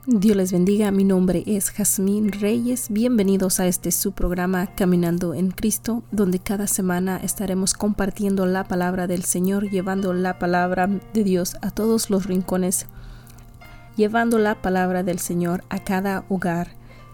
Dios les bendiga, mi nombre es Jazmín Reyes. Bienvenidos a su programa Caminando en Cristo, donde cada semana estaremos compartiendo la palabra del Señor, llevando la palabra de Dios a todos los rincones, llevando la palabra del Señor a cada hogar.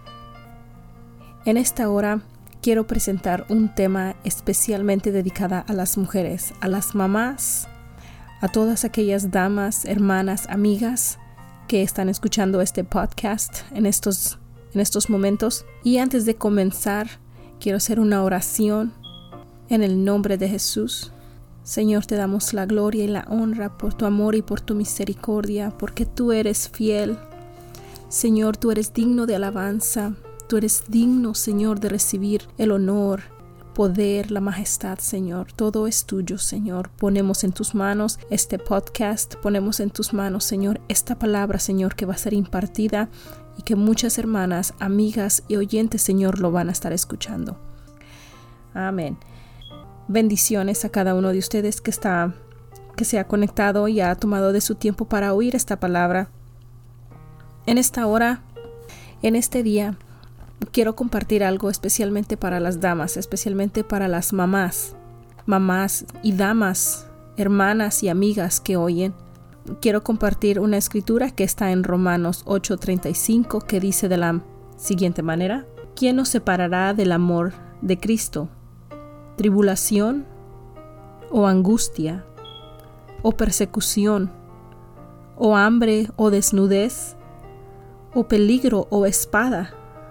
En esta hora quiero presentar un tema especialmente dedicado a las mujeres, a las mamás, a todas aquellas damas, hermanas, amigas que están escuchando este podcast en estos momentos. Y antes de comenzar, quiero hacer una oración en el nombre de Jesús. Señor, te damos la gloria y la honra por tu amor y por tu misericordia, porque tú eres fiel. Señor, tú eres digno de alabanza. Tú eres digno, Señor, de recibir el honor, poder, la majestad, Señor. Todo es tuyo, Señor. Ponemos en tus manos este podcast, ponemos en tus manos, Señor, esta palabra, Señor, que va a ser impartida y que muchas hermanas, amigas y oyentes, Señor, lo van a estar escuchando. Amén. Bendiciones a cada uno de ustedes que se ha conectado y ha tomado de su tiempo para oír esta palabra. En esta hora, en este día, quiero compartir algo especialmente para las damas, especialmente para las mamás y damas, hermanas y amigas que oyen. Quiero compartir una escritura que está en Romanos 8:35, que dice de la siguiente manera: ¿Quién nos separará del amor de Cristo? ¿Tribulación o angustia o persecución o hambre o desnudez o peligro o espada?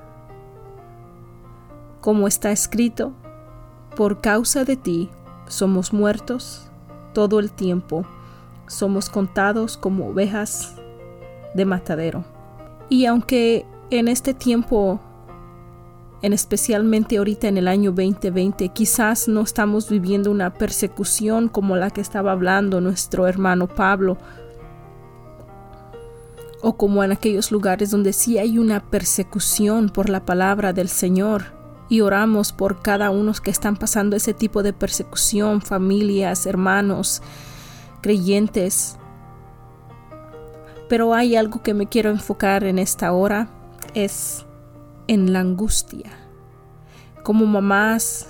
Como está escrito, por causa de ti somos muertos todo el tiempo, somos contados como ovejas de matadero. Y aunque en este tiempo, especialmente ahorita en el año 2020, quizás no estamos viviendo una persecución como la que estaba hablando nuestro hermano Pablo, o como en aquellos lugares donde sí hay una persecución por la palabra del Señor. Y oramos por cada uno que están pasando ese tipo de persecución, familias, hermanos, creyentes. Pero hay algo que me quiero enfocar en esta hora, es en la angustia. Como mamás,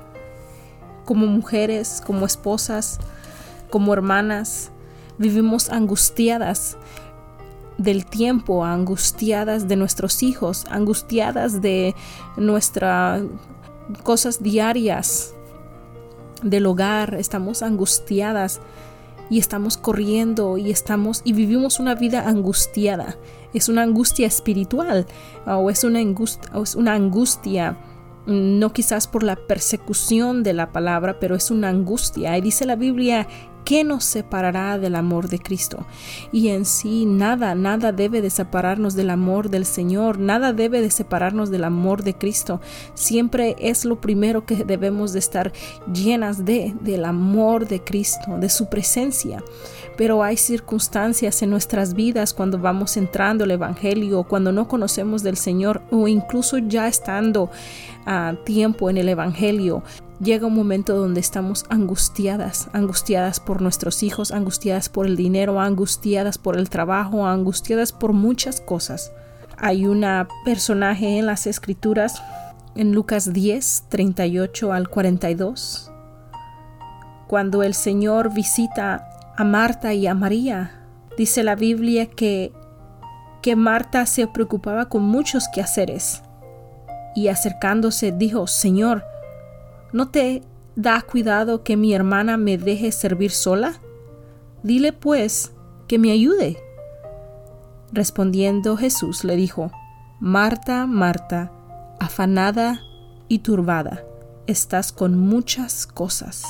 como mujeres, como esposas, como hermanas, vivimos angustiadas del tiempo, angustiadas de nuestros hijos, angustiadas de nuestras cosas diarias del hogar. Estamos angustiadas y estamos corriendo y vivimos una vida angustiada. Es una angustia espiritual o es una angustia, no quizás por la persecución de la palabra, pero es una angustia. Y dice la Biblia: ¿qué nos separará del amor de Cristo? Y en sí nada debe de separarnos del amor del Señor, nada debe de separarnos del amor de Cristo. Siempre es lo primero que debemos de estar llenas del amor de Cristo, de su presencia. Pero hay circunstancias en nuestras vidas cuando vamos entrando al Evangelio, cuando no conocemos del Señor, o incluso ya estando a tiempo en el Evangelio. Llega un momento donde estamos angustiadas por nuestros hijos, angustiadas por el dinero, angustiadas por el trabajo, angustiadas por muchas cosas. Hay una personaje en las Escrituras, en Lucas 10, 38 al 42, cuando el Señor visita a Marta y a María. Dice la Biblia que Marta se preocupaba con muchos quehaceres y acercándose dijo: Señor, ¿no te da cuidado que mi hermana me deje servir sola? Dile pues que me ayude. Respondiendo Jesús le dijo: Marta, Marta, afanada y turbada, estás con muchas cosas,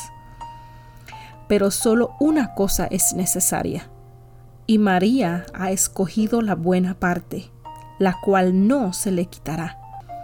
pero solo una cosa es necesaria, y María ha escogido la buena parte, la cual no se le quitará.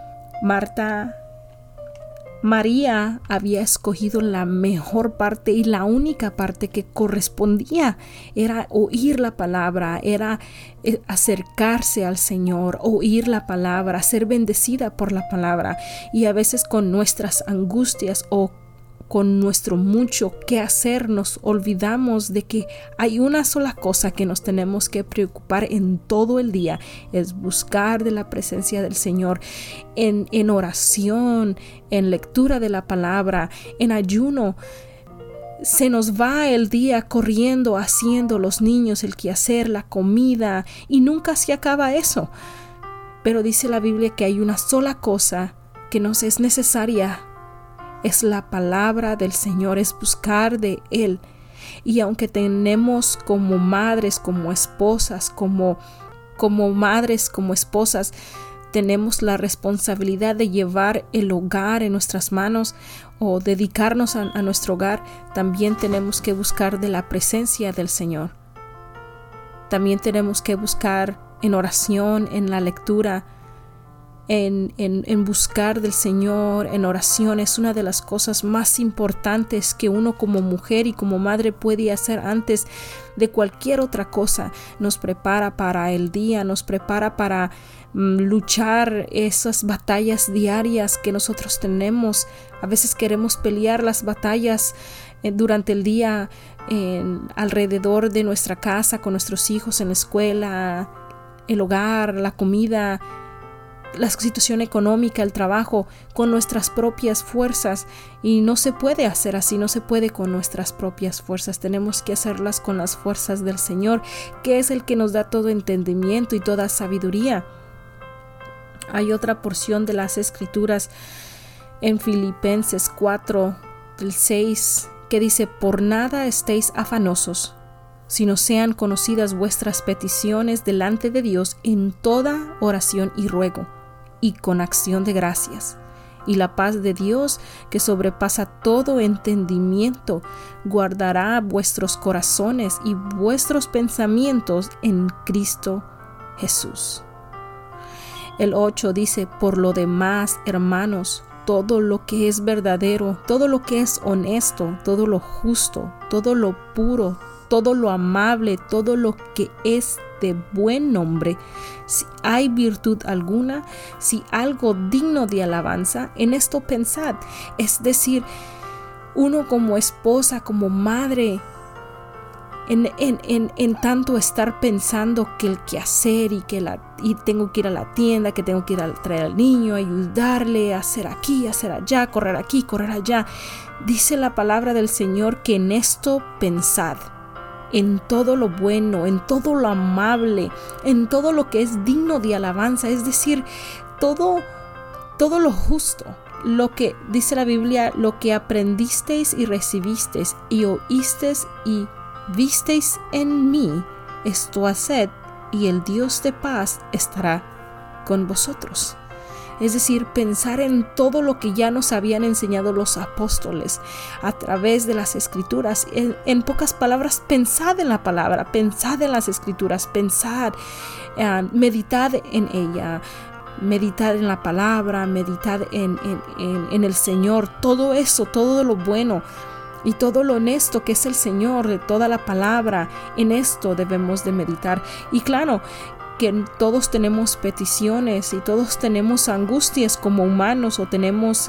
María había escogido la mejor parte, y la única parte que correspondía era oír la palabra, era acercarse al Señor, oír la palabra, ser bendecida por la palabra. Y a veces con nuestras angustias o con nuestro mucho que hacer, nos olvidamos de que hay una sola cosa que nos tenemos que preocupar en todo el día, es buscar de la presencia del Señor en oración, en lectura de la palabra, en ayuno. Se nos va el día corriendo, haciendo los niños, el quehacer, la comida, y nunca se acaba eso. Pero dice la Biblia que hay una sola cosa que nos es necesaria. Es la palabra del Señor, es buscar de Él. Y aunque tenemos como madres, como esposas, como madres, como esposas, tenemos la responsabilidad de llevar el hogar en nuestras manos o dedicarnos a nuestro hogar, también tenemos que buscar de la presencia del Señor. También tenemos que buscar en oración, en la lectura, en buscar del Señor, en oración. Es una de las cosas más importantes que uno como mujer y como madre puede hacer antes de cualquier otra cosa. Nos prepara para el día, nos prepara para luchar esas batallas diarias que nosotros tenemos. A veces queremos pelear las batallas durante el día alrededor de nuestra casa, con nuestros hijos, en la escuela, el hogar, la comida, la situación económica, el trabajo, con nuestras propias fuerzas, y no se puede hacer así, no se puede con nuestras propias fuerzas. Tenemos que hacerlas con las fuerzas del Señor, que es el que nos da todo entendimiento y toda sabiduría. Hay otra porción de las Escrituras en Filipenses 4, del 6, que dice: por nada estéis afanosos, sino sean conocidas vuestras peticiones delante de Dios en toda oración y ruego, y con acción de gracias. Y la paz de Dios, que sobrepasa todo entendimiento, guardará vuestros corazones y vuestros pensamientos en Cristo Jesús. El 8 dice: por lo demás, hermanos, todo lo que es verdadero, todo lo que es honesto, todo lo justo, todo lo puro, todo lo amable, todo lo que es de buen nombre, si hay virtud alguna, si algo digno de alabanza, en esto pensad. Es decir, uno como esposa, como madre, en tanto estar pensando que el quehacer y tengo que ir a la tienda, que tengo que ir a traer al niño, ayudarle, hacer aquí, hacer allá, correr aquí, correr allá. Dice la palabra del Señor que en esto pensad, en todo lo bueno, en todo lo amable, en todo lo que es digno de alabanza, es decir, todo lo justo, lo que dice la Biblia, lo que aprendisteis y recibisteis y oísteis y visteis en mí, esto haced, y el Dios de paz estará con vosotros. Es decir, pensar en todo lo que ya nos habían enseñado los apóstoles a través de las Escrituras. En pocas palabras, pensad en la palabra, pensad en las Escrituras, pensad, meditad en ella, meditad en la palabra, meditad en el Señor. Todo eso, todo lo bueno y todo lo honesto que es el Señor, de toda la palabra, en esto debemos de meditar. Y claro, que todos tenemos peticiones y todos tenemos angustias como humanos, o tenemos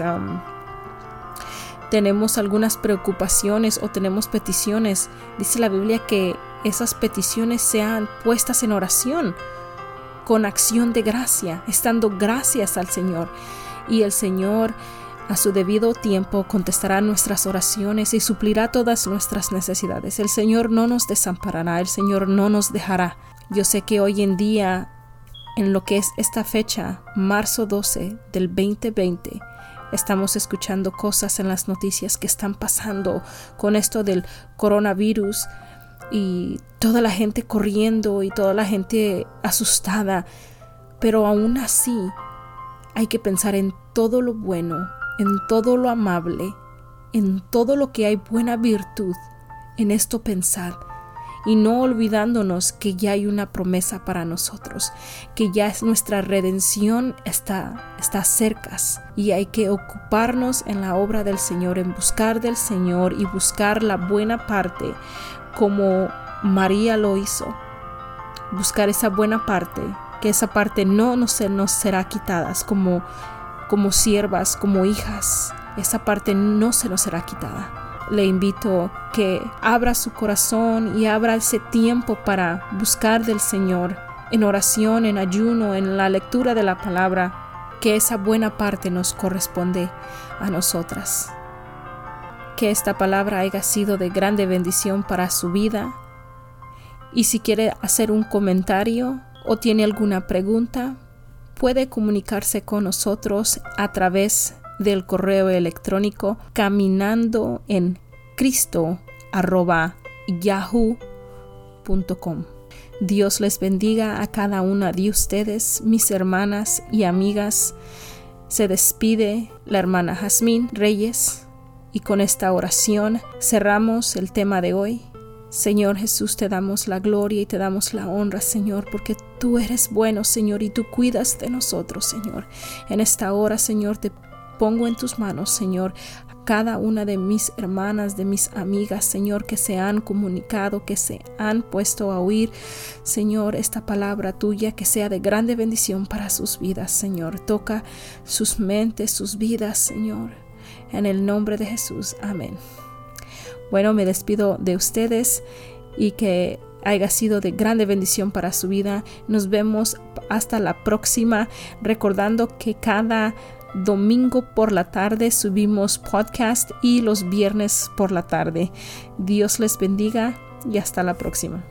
algunas preocupaciones o tenemos peticiones. Dice la Biblia que esas peticiones sean puestas en oración, con acción de gracia, estando gracias al Señor. Y el Señor, a su debido tiempo, contestará nuestras oraciones y suplirá todas nuestras necesidades. El Señor no nos desamparará, el Señor no nos dejará. Yo sé que hoy en día, en lo que es esta fecha, marzo 12 del 2020, estamos escuchando cosas en las noticias que están pasando con esto del coronavirus, y toda la gente corriendo y toda la gente asustada. Pero aún así hay que pensar en todo lo bueno, en todo lo amable, en todo lo que hay buena virtud. En esto pensad, y no olvidándonos que ya hay una promesa para nosotros, que ya es nuestra redención está cerca, y hay que ocuparnos en la obra del Señor, en buscar del Señor y buscar la buena parte, como María lo hizo. Buscar esa buena parte, que esa parte no nos será quitada, como siervas, como hijas Esa parte no se nos será quitada. Le invito que abra su corazón y abra ese tiempo para buscar del Señor en oración, en ayuno, en la lectura de la palabra, que esa buena parte nos corresponde a nosotras. Que esta palabra haya sido de grande bendición para su vida. Y si quiere hacer un comentario o tiene alguna pregunta, puede comunicarse con nosotros a través del correo electrónico caminandoencristo@yahoo.com. Dios les bendiga a cada una de ustedes, mis hermanas y amigas. Se despide la hermana Jazmín Reyes y con esta oración cerramos el tema de hoy. Señor Jesús, te damos la gloria y te damos la honra, Señor, porque tú eres bueno, Señor, y tú cuidas de nosotros, Señor. En esta hora, Señor, te pongo en tus manos, Señor, a cada una de mis hermanas, de mis amigas, Señor, que se han comunicado, que se han puesto a oír, Señor, esta palabra tuya, que sea de grande bendición para sus vidas, Señor. Toca sus mentes, sus vidas, Señor. En el nombre de Jesús. Amén. Bueno, me despido de ustedes y que haya sido de grande bendición para su vida. Nos vemos hasta la próxima, recordando que cada domingo por la tarde subimos podcast y los viernes por la tarde. Dios les bendiga y hasta la próxima.